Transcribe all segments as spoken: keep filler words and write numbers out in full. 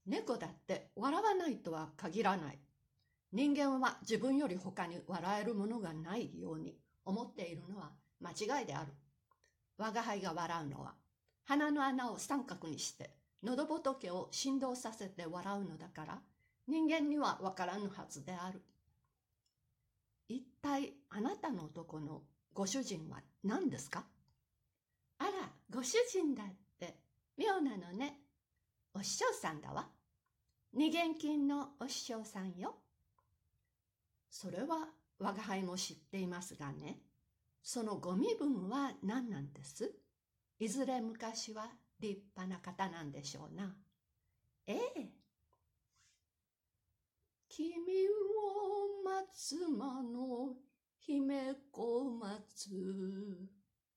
猫だって笑わないとは限らない。人間は自分より他に笑えるものがないように思っているのは間違いである。我が輩が笑うのは、鼻の穴を三角にして、喉仏を振動させて笑うのだから、人間にはわからぬはずである。一体あなたの男のご主人は何ですか？あら、ご主人だって、妙なのね。お師匠さんだわ。二元金のお師匠さんよ。それは我が輩も知っていますがね、そのご身分は何なんです？いずれ昔は立派な方なんでしょうな。ええ。君を待つ間の姫小松。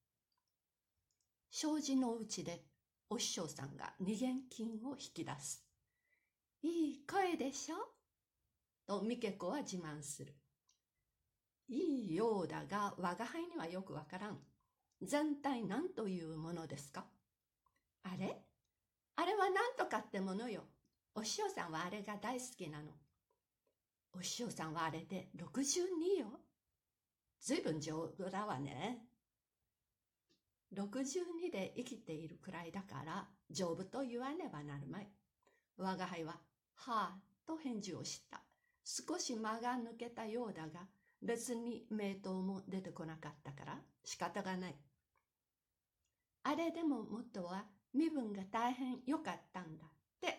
障子のうちでお師匠さんが二元金を引き出す。いい声でしょと三毛子は自慢する。いいようだが我が輩にはよくわからん。全体何というものですか？あれあれは何とかってものよ。お師匠さんはあれが大好きなの。お師匠さんはあれでろくじゅうによ。ずいぶん丈夫だわね。ろくじゅうにで生きているくらいだから丈夫と言わねばなるまい。我が輩は、はあ、と返事をした。少し間が抜けたようだが、別に名刀も出てこなかったから仕方がない。あれでも元は身分が大変良かったんだって、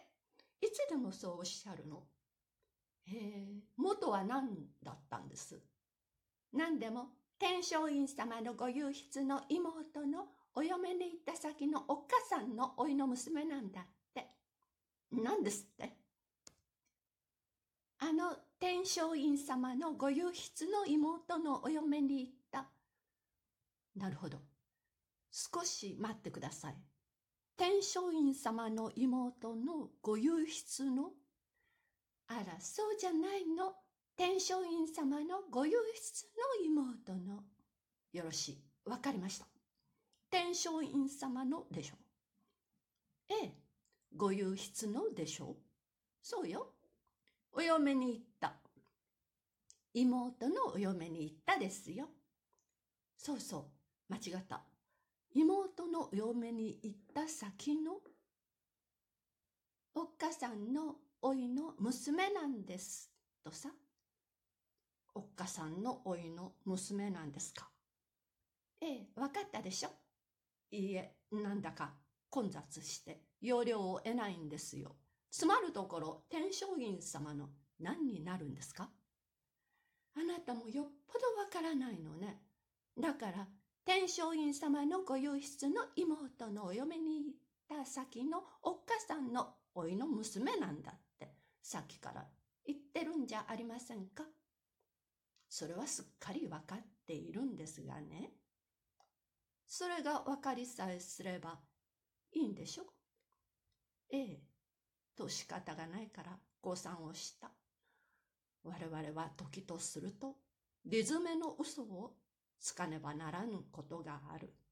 いつでもそうおっしゃるの。へえ、元は何だったんです？何でも天璋院様のご右筆の妹のお嫁に行った先のおっかさんの甥の娘なんだって。何ですって？あの天璋院様のご右筆の妹のお嫁に行った。なるほど。少し待ってください。天璋院様の妹のご右筆の？あら、そうじゃないの。天璋院様のご右筆の妹の。よろしい。わかりました。天璋院様のでしょう。ええ、ご右筆のでしょう。そうよ。お嫁に行った。妹のお嫁に行ったですよ。そうそう、間違った。妹のお嫁に行った先のおっかさんのおいの娘なんですとさ。おっかさんのおいの娘なんですか？ええ、わかったでしょ？いいえ、なんだか混雑して要領を得ないんですよ。つまるところ天璋院様の何になるんですか？あなたもよっぽどわからないのね。だから天璋院様のご右筆の妹のお嫁に行った先のおっかさんのおいの娘なんだってさっきから言ってるんじゃありませんか？それはすっかりわかっているんですがね。それがわかりさえすればいいんでしょ？ええ、と仕方がないから誤算をした。我々は時とすると、理詰めの嘘をつかねばならぬことがある。